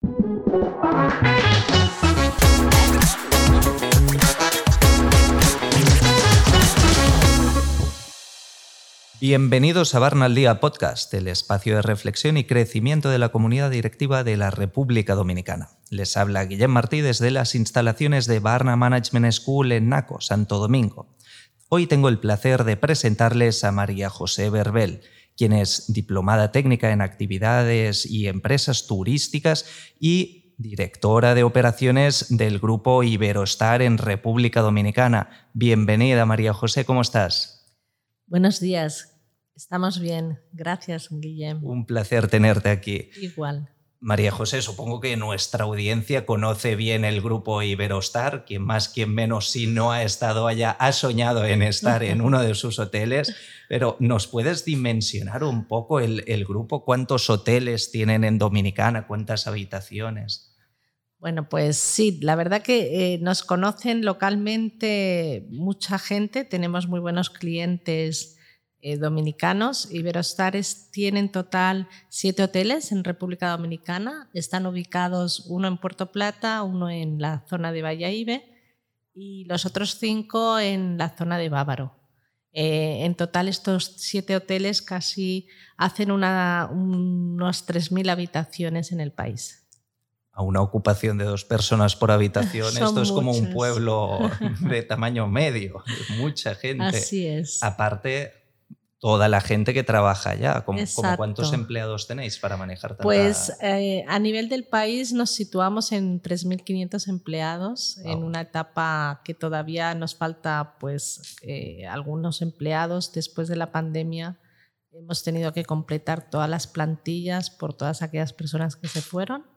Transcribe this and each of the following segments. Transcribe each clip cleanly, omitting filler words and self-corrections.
Bienvenidos a Barna al Día Podcast, el espacio de reflexión y crecimiento de la comunidad directiva de la República Dominicana. Les habla Guillem Martí desde las instalaciones de Barna Management School en Naco, Santo Domingo. Hoy tengo el placer de presentarles a María José Verbel, quien es diplomada técnica en actividades y empresas turísticas y directora de operaciones del grupo Iberostar en República Dominicana. Bienvenida, María José, ¿cómo estás? Buenos días. Estamos bien. Gracias, Guillem. Un placer tenerte aquí. Igual. María José, supongo que nuestra audiencia conoce bien el grupo Iberostar. Quien más, quien menos, si no ha estado allá, ha soñado en estar en uno de sus hoteles. Pero ¿nos puedes dimensionar un poco el grupo? ¿Cuántos hoteles tienen en Dominicana? ¿Cuántas habitaciones? Bueno, pues sí, la verdad que nos conocen localmente mucha gente. Tenemos muy buenos clientes dominicanos. Iberostar tiene en total 7 hoteles en República Dominicana. Están ubicados uno en Puerto Plata, uno en la zona de Bayahíbe y los otros 5 en la zona de Bávaro. En total estos 7 hoteles casi hacen unos 3.000 habitaciones en el país. A una ocupación de 2 personas por habitación, Son esto es como muchas. un pueblo de tamaño medio, mucha gente. Así es. Aparte, toda la gente que trabaja allá. ¿Cómo cuántos Exacto. empleados tenéis para manejar tanta...? Pues a nivel del país nos situamos en 3.500 empleados, en una etapa que todavía nos falta pues algunos empleados. Después de la pandemia hemos tenido que completar todas las plantillas por todas aquellas personas que se fueron.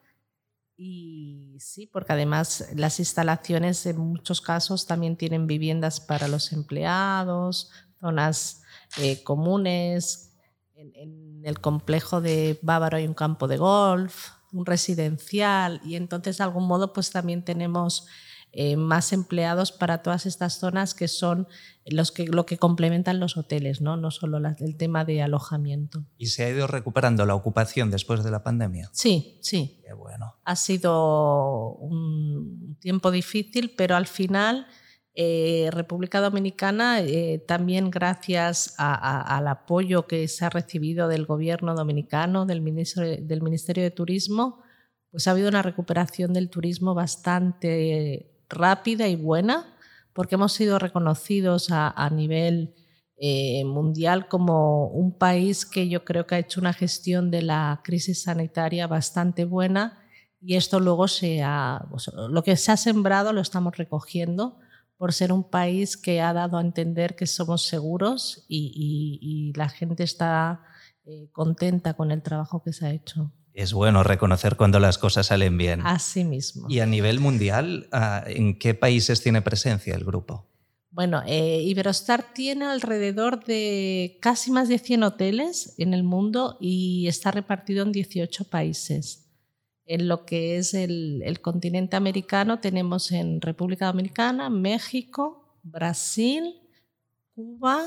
Y sí, porque además las instalaciones en muchos casos también tienen viviendas para los empleados, zonas comunes. En el complejo de Bávaro hay un campo de golf, un residencial, y entonces de algún modo pues también tenemos más empleados para todas estas zonas que son lo que complementan los hoteles, no solo el tema de alojamiento. ¿Y se ha ido recuperando la ocupación después de la pandemia? Sí. Qué bueno. Ha sido un tiempo difícil, pero al final República Dominicana, también gracias al apoyo que se ha recibido del gobierno dominicano, del Ministerio de Turismo, pues ha habido una recuperación del turismo bastante rápida y buena, porque hemos sido reconocidos a nivel mundial como un país que yo creo que ha hecho una gestión de la crisis sanitaria bastante buena, y esto luego lo que se ha sembrado lo estamos recogiendo por ser un país que ha dado a entender que somos seguros y la gente está contenta con el trabajo que se ha hecho. Es bueno reconocer cuando las cosas salen bien. Así mismo. Y a nivel mundial, ¿en qué países tiene presencia el grupo? Bueno, Iberostar tiene alrededor de casi más de 100 hoteles en el mundo y está repartido en 18 países. En lo que es el continente americano tenemos en República Dominicana, México, Brasil, Cuba,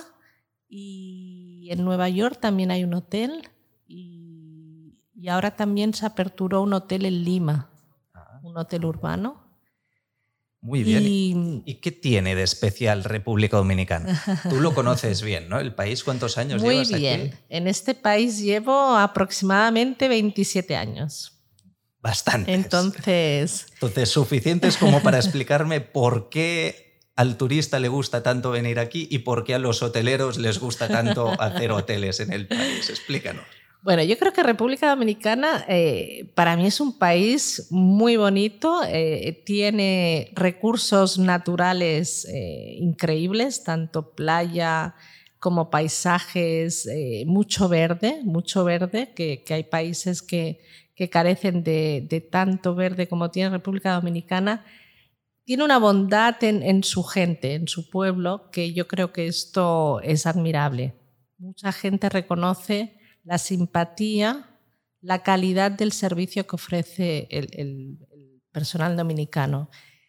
y en Nueva York también hay un hotel, y ahora también se aperturó un hotel en Lima, un hotel urbano. Muy bien. ¿Y qué tiene de especial República Dominicana? Tú lo conoces bien, ¿no? El país, ¿cuántos años llevas aquí? Muy bien. En este país llevo aproximadamente 27 años. Bastantes. Entonces, suficientes como para explicarme por qué al turista le gusta tanto venir aquí y por qué a los hoteleros les gusta tanto hacer hoteles en el país. Explícanos. Bueno, yo creo que República Dominicana para mí es un país muy bonito, tiene recursos naturales increíbles, tanto playa como paisajes, mucho verde, que hay países que carecen de tanto verde como tiene República Dominicana. Tiene una bondad en su gente, en su pueblo, que yo creo que esto es admirable. Mucha gente reconoce la simpatía, la calidad del servicio que ofrece el personal dominicano.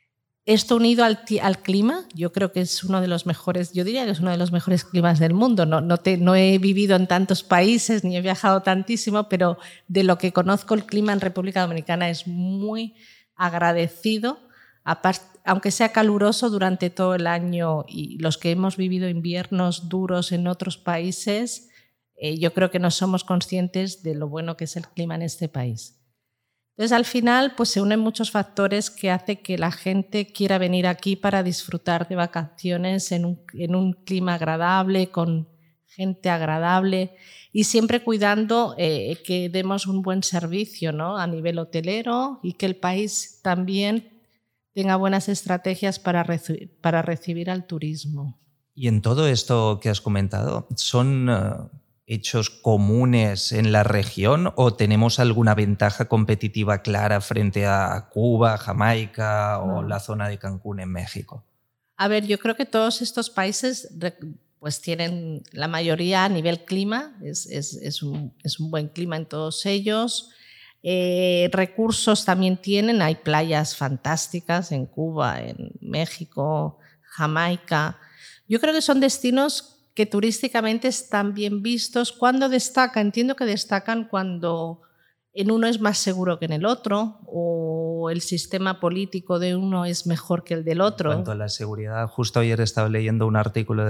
Esto unido al clima, yo creo que es uno de los mejores, yo diría que es uno de los mejores climas del mundo. No he vivido en tantos países ni he viajado tantísimo, pero de lo que conozco el clima en República Dominicana es muy agradecido, aunque sea caluroso durante todo el año, y los que hemos vivido inviernos duros en otros países, yo creo que no somos conscientes de lo bueno que es el clima en este país. Entonces, al final, pues se unen muchos factores que hacen que la gente quiera venir aquí para disfrutar de vacaciones en un clima agradable, con gente agradable y siempre cuidando que demos un buen servicio, ¿no?, a nivel hotelero, y que el país también tenga buenas estrategias para recibir al turismo. Y en todo esto que has comentado, ¿son hechos comunes en la región o tenemos alguna ventaja competitiva clara frente a Cuba, Jamaica o la zona de Cancún en México? A ver, yo creo que todos estos países pues tienen, la mayoría a nivel clima, es un buen clima en todos ellos. Recursos también tienen, hay playas fantásticas en Cuba, en México, Jamaica. Yo creo que son destinos que turísticamente están bien vistos. ¿Cuándo destaca? Entiendo que destacan cuando en uno es más seguro que en el otro, o el sistema político de uno es mejor que el del otro. En cuanto a la seguridad, justo ayer estaba leyendo un artículo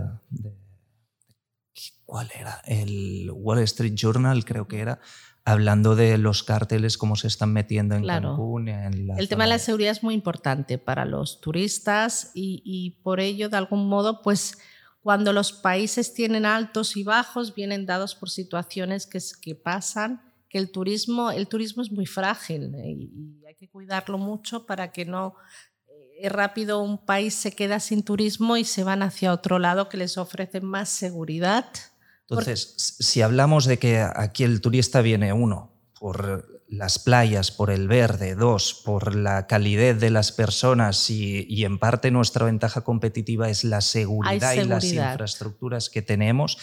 ¿cuál era? El Wall Street Journal, creo que era, hablando de los cárteles, cómo se están metiendo en Cancún. El tema de la seguridad es muy importante para los turistas y por ello, de algún modo, pues cuando los países tienen altos y bajos, vienen dados por situaciones que pasan, que el turismo es muy frágil y hay que cuidarlo mucho para que no rápido un país se queda sin turismo y se van hacia otro lado que les ofrece más seguridad. Entonces, si hablamos de que aquí el turista viene, uno, por las playas, por el verde, dos, por la calidez de las personas y en parte nuestra ventaja competitiva es la seguridad y las infraestructuras que tenemos,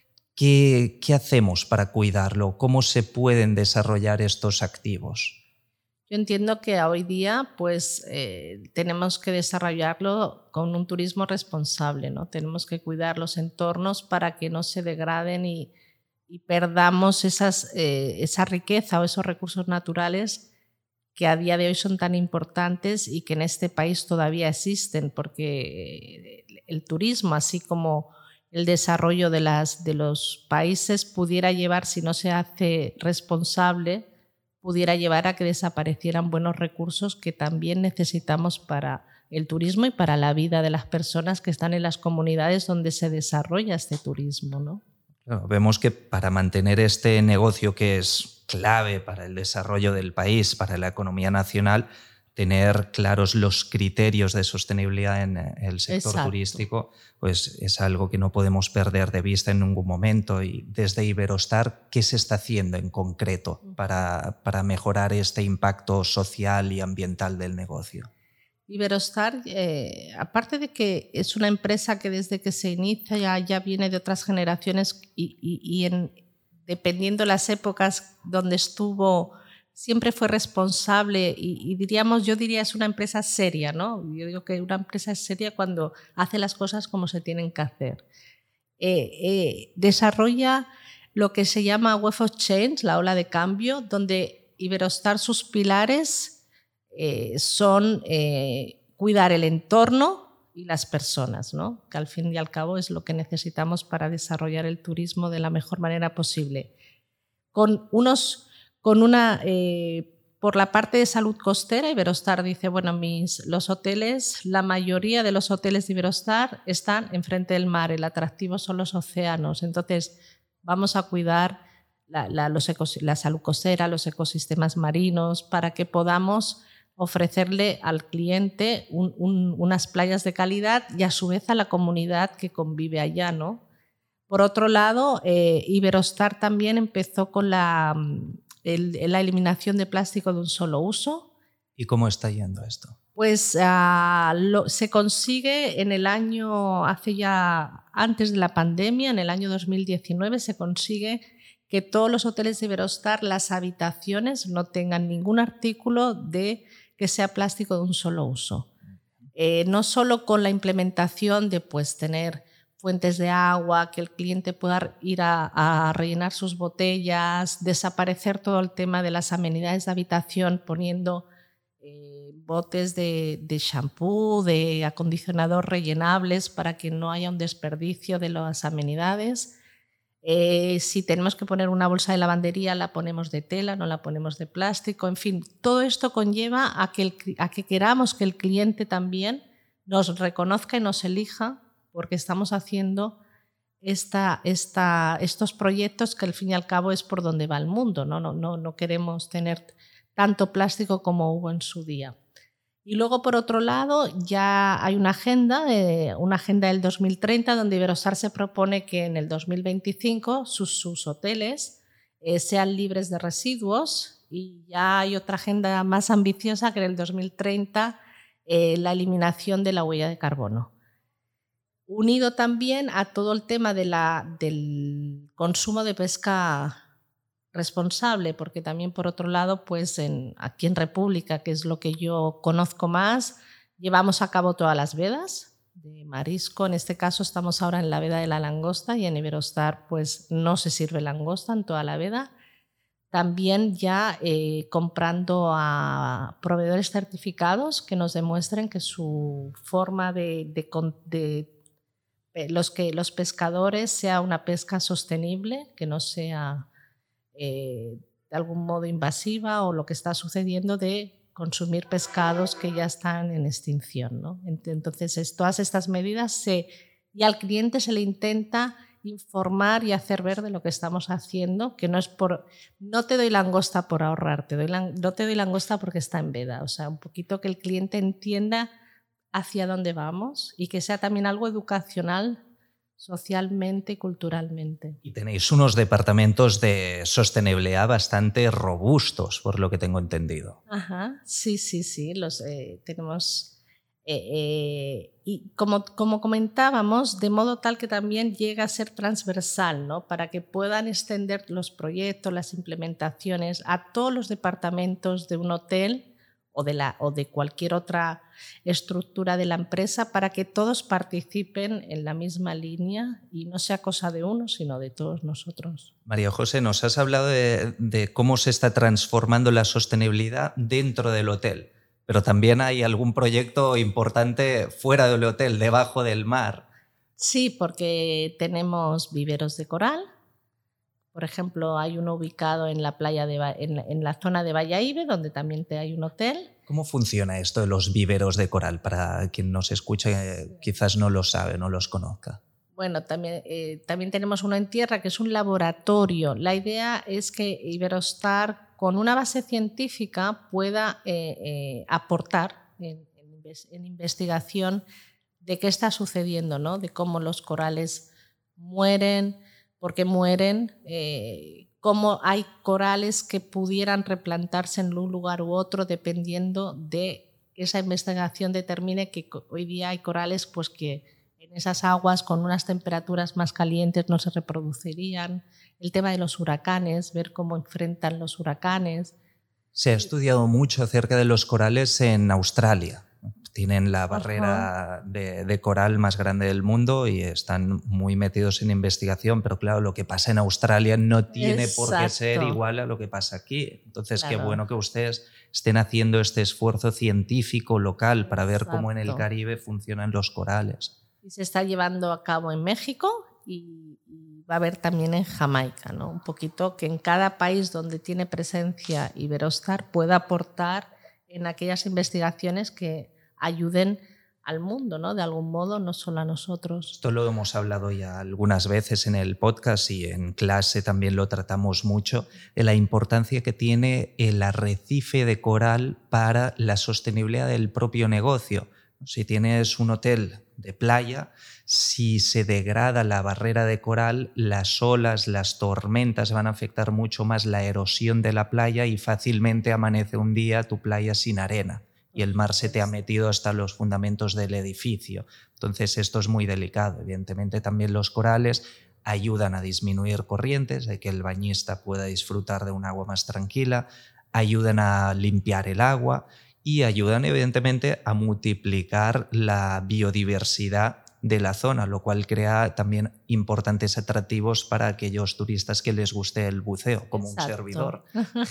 ¿qué hacemos para cuidarlo? ¿Cómo se pueden desarrollar estos activos? Yo entiendo que hoy día pues, tenemos que desarrollarlo con un turismo responsable, ¿no? Tenemos que cuidar los entornos para que no se degraden y perdamos esa riqueza o esos recursos naturales que a día de hoy son tan importantes y que en este país todavía existen, porque el turismo, así como el desarrollo de los países, pudiera llevar, si no se hace responsable, pudiera llevar a que desaparecieran buenos recursos que también necesitamos para el turismo y para la vida de las personas que están en las comunidades donde se desarrolla este turismo, ¿no? Claro, vemos que para mantener este negocio que es clave para el desarrollo del país, para la economía nacional, tener claros los criterios de sostenibilidad en el sector turístico, pues es algo que no podemos perder de vista en ningún momento. Y desde Iberostar, ¿qué se está haciendo en concreto para mejorar este impacto social y ambiental del negocio? Iberostar, aparte de que es una empresa que desde que se inicia ya viene de otras generaciones y dependiendo de las épocas donde estuvo, siempre fue responsable yo diría es una empresa seria, ¿no? Yo digo que una empresa es seria cuando hace las cosas como se tienen que hacer. Desarrolla lo que se llama Wave of Change, la ola de cambio, donde Iberostar, sus pilares son cuidar el entorno y las personas, ¿no? Que al fin y al cabo es lo que necesitamos para desarrollar el turismo de la mejor manera posible. Por la parte de salud costera, Iberostar dice, bueno, los hoteles, la mayoría de los hoteles de Iberostar están enfrente del mar, el atractivo son los océanos, entonces vamos a cuidar la salud costera, los ecosistemas marinos, para que podamos ofrecerle al cliente unas playas de calidad y a su vez a la comunidad que convive allá, ¿no? Por otro lado, Iberostar también empezó con la eliminación de plástico de un solo uso. ¿Y cómo está yendo esto? Pues se consigue en el año, antes de la pandemia, en el año 2019, se consigue que todos los hoteles de Iberostar, las habitaciones, no tengan ningún artículo que sea plástico de un solo uso. no solo con la implementación de pues, tener fuentes de agua, que el cliente pueda ir a rellenar sus botellas, desaparecer todo el tema de las amenidades de habitación poniendo botes de shampoo, de acondicionador rellenables para que no haya un desperdicio de las amenidades. Si tenemos que poner una bolsa de lavandería, la ponemos de tela, no la ponemos de plástico. En fin, todo esto conlleva a que queramos que el cliente también nos reconozca y nos elija porque estamos haciendo estos proyectos que al fin y al cabo es por donde va el mundo. No queremos tener tanto plástico como hubo en su día. Y luego, por otro lado, ya hay una agenda del 2030 donde Iberostar se propone que en el 2025 sus hoteles sean libres de residuos, y ya hay otra agenda más ambiciosa que en el 2030 la eliminación de la huella de carbono. Unido también a todo el tema del consumo de pesca responsable, porque también por otro lado, pues aquí en República, que es lo que yo conozco más, llevamos a cabo todas las vedas de marisco. En este caso estamos ahora en la veda de la langosta y en Iberostar pues no se sirve langosta en toda la veda. También ya comprando a proveedores certificados que nos demuestren que su forma los pescadores sea una pesca sostenible, que no sea de algún modo invasiva o lo que está sucediendo de consumir pescados que ya están en extinción, ¿no? Entonces, todas estas medidas y al cliente se le intenta informar y hacer ver de lo que estamos haciendo, que no te doy langosta por ahorrar, no te doy langosta porque está en veda. O sea, un poquito que el cliente entienda hacia dónde vamos y que sea también algo educacional socialmente y culturalmente. Y tenéis unos departamentos de sostenibilidad bastante robustos, por lo que tengo entendido. Ajá, sí, los tenemos. Y como comentábamos, de modo tal que también llega a ser transversal, ¿no? Para que puedan extender los proyectos, las implementaciones a todos los departamentos de un hotel o de cualquier otra estructura de la empresa, para que todos participen en la misma línea y no sea cosa de uno, sino de todos nosotros. María José, nos has hablado de cómo se está transformando la sostenibilidad dentro del hotel, pero también hay algún proyecto importante fuera del hotel, debajo del mar. Sí, porque tenemos viveros de coral. Por ejemplo, hay uno ubicado en la playa en la zona de Bayahibe, donde también hay un hotel. ¿Cómo funciona esto de los viveros de coral? Para quien nos escucha quizás no lo sabe, no los conozca. Bueno, también tenemos uno en tierra, que es un laboratorio. La idea es que Iberostar, con una base científica, pueda aportar en investigación de qué está sucediendo, ¿no? De cómo los corales mueren, por qué mueren, cómo hay corales que pudieran replantarse en un lugar u otro dependiendo de que esa investigación determine que hoy día hay corales pues, que en esas aguas con unas temperaturas más calientes no se reproducirían. El tema de los huracanes, ver cómo enfrentan los huracanes. Se ha estudiado mucho acerca de los corales en Australia. Tienen la barrera de coral más grande del mundo y están muy metidos en investigación, pero claro, lo que pasa en Australia no tiene por qué ser igual a lo que pasa aquí. Entonces, claro, qué bueno que ustedes estén haciendo este esfuerzo científico local para ver cómo en el Caribe funcionan los corales. Y se está llevando a cabo en México y va a haber también en Jamaica, ¿no? Un poquito que en cada país donde tiene presencia Iberostar pueda aportar en aquellas investigaciones que ayuden al mundo, ¿no? De algún modo, no solo a nosotros. Esto lo hemos hablado ya algunas veces en el podcast y en clase también lo tratamos mucho, de la importancia que tiene el arrecife de coral para la sostenibilidad del propio negocio. Si tienes un hotel de playa, si se degrada la barrera de coral, las olas, las tormentas van a afectar mucho más la erosión de la playa y fácilmente amanece un día tu playa sin arena y el mar se te ha metido hasta los fundamentos del edificio. Entonces esto es muy delicado. Evidentemente también los corales ayudan a disminuir corrientes, a que el bañista pueda disfrutar de un agua más tranquila, ayudan a limpiar el agua y ayudan evidentemente a multiplicar la biodiversidad de la zona, lo cual crea también importantes atractivos para aquellos turistas que les guste el buceo, como un servidor.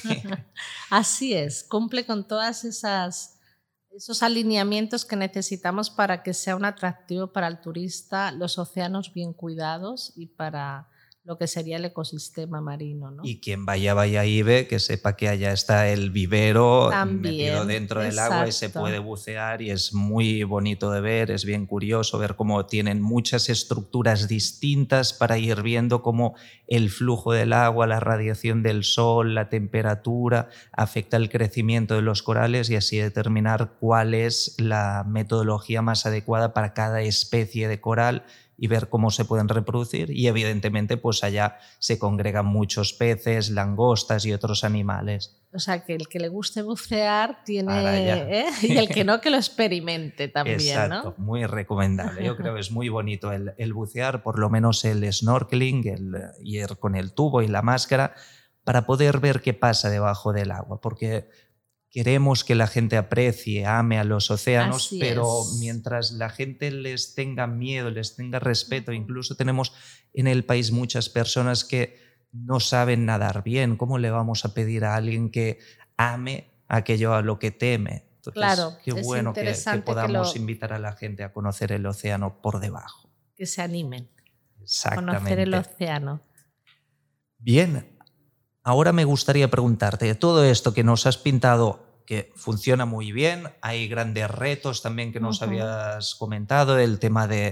Así es, cumple con todas esos alineamientos que necesitamos para que sea un atractivo para el turista, los océanos bien cuidados y para lo que sería el ecosistema marino, ¿no? Y quien vaya a IBE, que sepa que allá está el vivero también, metido dentro del agua y se puede bucear, y es muy bonito de ver, es bien curioso ver cómo tienen muchas estructuras distintas para ir viendo cómo el flujo del agua, la radiación del sol, la temperatura afecta el crecimiento de los corales y así determinar cuál es la metodología más adecuada para cada especie de coral y ver cómo se pueden reproducir, y evidentemente pues allá se congregan muchos peces, langostas y otros animales. O sea, que el que le guste bucear tiene... y el que no, que lo experimente también. Exacto, ¿no? muy recomendable. Yo creo que es muy bonito el bucear, por lo menos el snorkeling, el ir con el tubo y la máscara, para poder ver qué pasa debajo del agua, porque queremos que la gente aprecie, ame a los océanos, Así pero es. mientras la gente les tenga miedo, les tenga respeto, incluso tenemos en el país muchas personas que no saben nadar bien. ¿Cómo le vamos a pedir a alguien que ame aquello a lo que teme? Entonces, claro, qué bueno que podamos invitar a la gente a conocer el océano por debajo. Que se animen a Exactamente. conocer el océano. Bien. Ahora me gustaría preguntarte, todo esto que nos has pintado, que funciona muy bien, hay grandes retos también que nos habías comentado, el tema de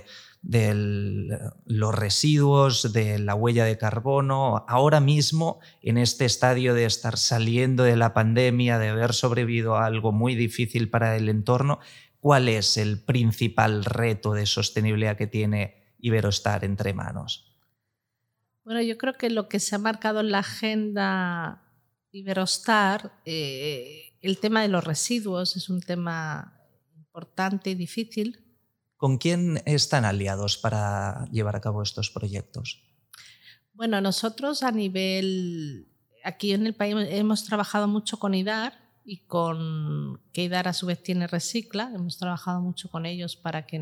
los residuos, de la huella de carbono. Ahora mismo, en este estadio de estar saliendo de la pandemia, de haber sobrevivido a algo muy difícil para el entorno, ¿cuál es el principal reto de sostenibilidad que tiene Iberostar entre manos? Bueno, yo creo que lo que se ha marcado en la agenda Iberostar, el tema de los residuos es un tema importante y difícil. ¿Con quién están aliados para llevar a cabo estos proyectos? Bueno, nosotros a nivel, aquí en el país hemos trabajado mucho con IDAR y que IDAR a su vez tiene Recicla, hemos trabajado mucho con ellos para que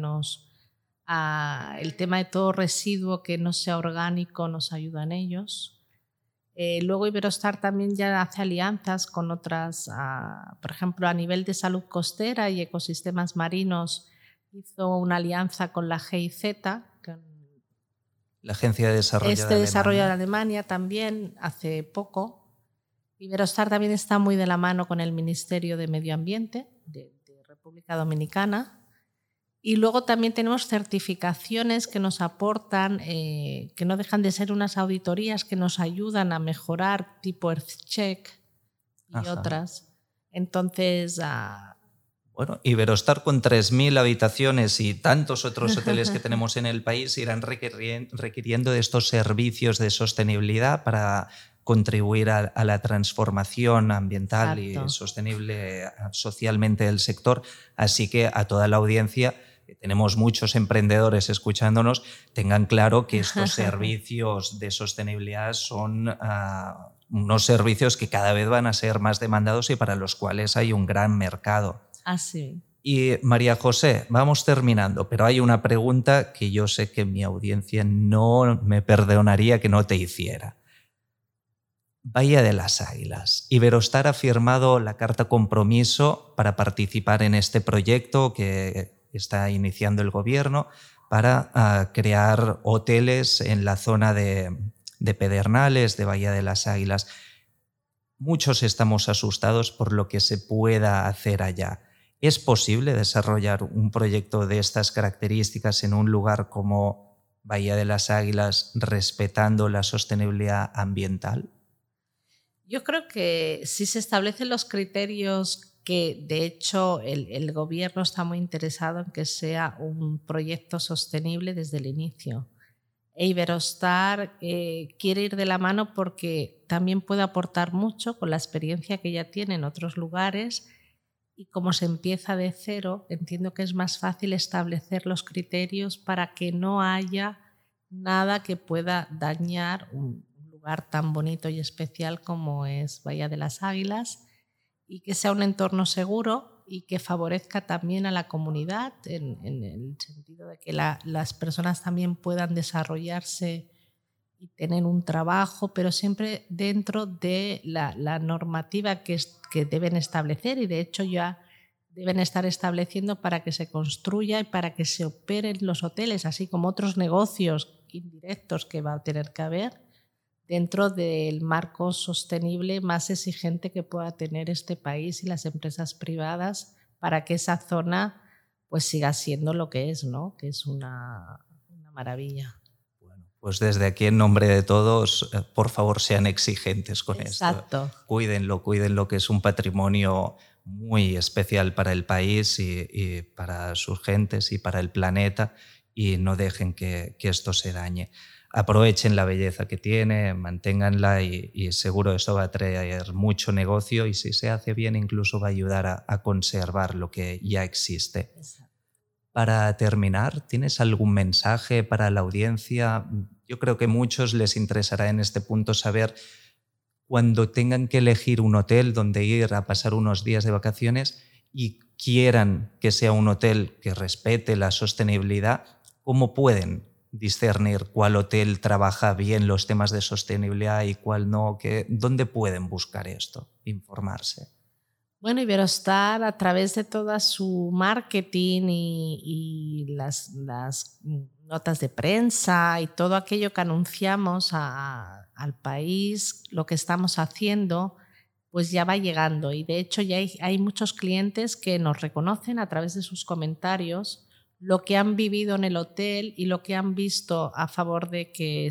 el tema de todo residuo que no sea orgánico nos ayudan ellos. Luego Iberostar también ya hace alianzas con otras, por ejemplo, a nivel de salud costera y ecosistemas marinos, hizo una alianza con la GIZ, la Agencia de Desarrollo de Alemania también hace poco. Iberostar también está muy de la mano con el Ministerio de Medio Ambiente de República Dominicana. Y luego también tenemos certificaciones que nos aportan, que no dejan de ser unas auditorías que nos ayudan a mejorar, tipo EarthCheck y otras. Entonces... Bueno, Iberostar con 3.000 habitaciones y tantos otros hoteles que tenemos en el país irán requiriendo de estos servicios de sostenibilidad para contribuir a la transformación ambiental y sostenible socialmente del sector. Así que a toda la audiencia, tenemos muchos emprendedores escuchándonos, tengan claro que estos servicios de sostenibilidad son unos servicios que cada vez van a ser más demandados y para los cuales hay un gran mercado. Así. Y María José, vamos terminando, pero hay una pregunta que yo sé que mi audiencia no me perdonaría que no te hiciera. Bahía de las Águilas. Iberostar ha firmado la carta compromiso para participar en este proyecto que está iniciando el gobierno para crear hoteles en la zona de Pedernales, de Bahía de las Águilas. Muchos estamos asustados por lo que se pueda hacer allá. ¿Es posible desarrollar un proyecto de estas características en un lugar como Bahía de las Águilas respetando la sostenibilidad ambiental? Yo creo que si se establecen los criterios que, de hecho, el gobierno está muy interesado en que sea un proyecto sostenible desde el inicio. Iberostar quiere ir de la mano porque también puede aportar mucho con la experiencia que ya tiene en otros lugares, y como se empieza de cero, entiendo que es más fácil establecer los criterios para que no haya nada que pueda dañar un lugar tan bonito y especial como es Bahía de las Águilas, y que sea un entorno seguro y que favorezca también a la comunidad en el sentido de que las personas también puedan desarrollarse y tener un trabajo, pero siempre dentro de la normativa que deben establecer, y de hecho ya deben estar estableciendo para que se construya y para que se operen los hoteles, así como otros negocios indirectos que va a tener que haber dentro del marco sostenible más exigente que pueda tener este país y las empresas privadas para que esa zona pues siga siendo lo que es, ¿no? Que es una maravilla. Pues desde aquí, en nombre de todos, por favor, sean exigentes con Exacto. esto. Cuídenlo, que es un patrimonio muy especial para el país y para sus gentes y para el planeta, y no dejen que esto se dañe. Aprovechen la belleza que tiene, manténganla y seguro eso va a traer mucho negocio, y si se hace bien incluso va a ayudar a conservar lo que ya existe. Exacto. Para terminar, ¿tienes algún mensaje para la audiencia? Yo creo que a muchos les interesará en este punto saber, cuando tengan que elegir un hotel donde ir a pasar unos días de vacaciones y quieran que sea un hotel que respete la sostenibilidad, ¿cómo pueden discernir cuál hotel trabaja bien los temas de sostenibilidad y cuál no? ¿Dónde pueden buscar esto, informarse? Bueno, Iberostar, a través de toda su marketing y las notas de prensa y todo aquello que anunciamos al país, lo que estamos haciendo, pues ya va llegando. Y de hecho ya hay muchos clientes que nos reconocen a través de sus comentarios lo que han vivido en el hotel y lo que han visto a favor de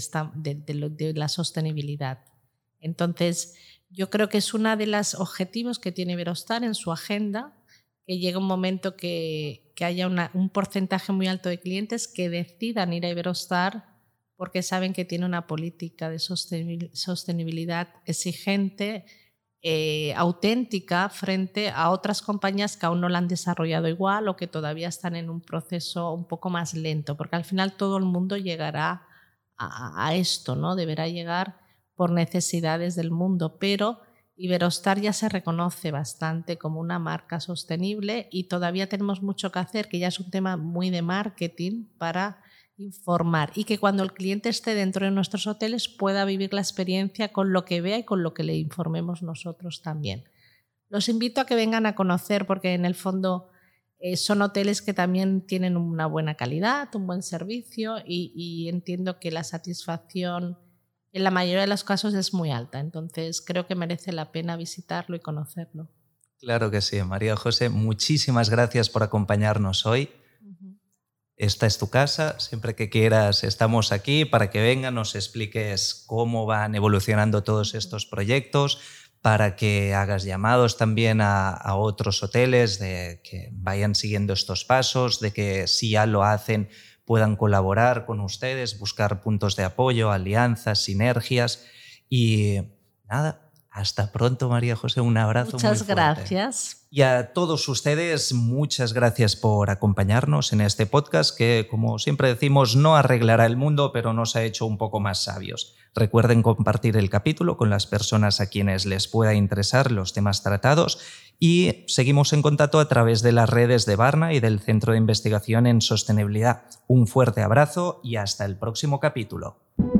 la sostenibilidad. Entonces, yo creo que es uno de los objetivos que tiene Iberostar en su agenda, que llegue un momento que haya un porcentaje muy alto de clientes que decidan ir a Iberostar porque saben que tiene una política de sostenibilidad exigente, auténtica, frente a otras compañías que aún no la han desarrollado igual o que todavía están en un proceso un poco más lento, porque al final todo el mundo llegará a esto, ¿no? Deberá llegar por necesidades del mundo, pero Iberostar ya se reconoce bastante como una marca sostenible y todavía tenemos mucho que hacer, que ya es un tema muy de marketing para informar y que cuando el cliente esté dentro de nuestros hoteles pueda vivir la experiencia con lo que vea y con lo que le informemos nosotros también. Los invito a que vengan a conocer porque en el fondo son hoteles que también tienen una buena calidad, un buen servicio y entiendo que la satisfacción en la mayoría de los casos es muy alta, entonces creo que merece la pena visitarlo y conocerlo. Claro que sí, María José, muchísimas gracias por acompañarnos hoy. Esta es tu casa, siempre que quieras estamos aquí para que vengas, nos expliques cómo van evolucionando todos estos proyectos, para que hagas llamados también a otros hoteles de que vayan siguiendo estos pasos, de que si ya lo hacen puedan colaborar con ustedes, buscar puntos de apoyo, alianzas, sinergias y nada, hasta pronto, María José, un abrazo muy fuerte. Muchas gracias. Y a todos ustedes, muchas gracias por acompañarnos en este podcast que, como siempre decimos, no arreglará el mundo, pero nos ha hecho un poco más sabios. Recuerden compartir el capítulo con las personas a quienes les pueda interesar los temas tratados y seguimos en contacto a través de las redes de Barna y del Centro de Investigación en Sostenibilidad. Un fuerte abrazo y hasta el próximo capítulo.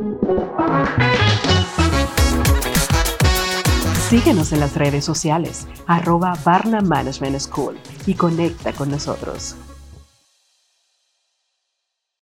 Síguenos en las redes sociales @Barna Management School y conecta con nosotros.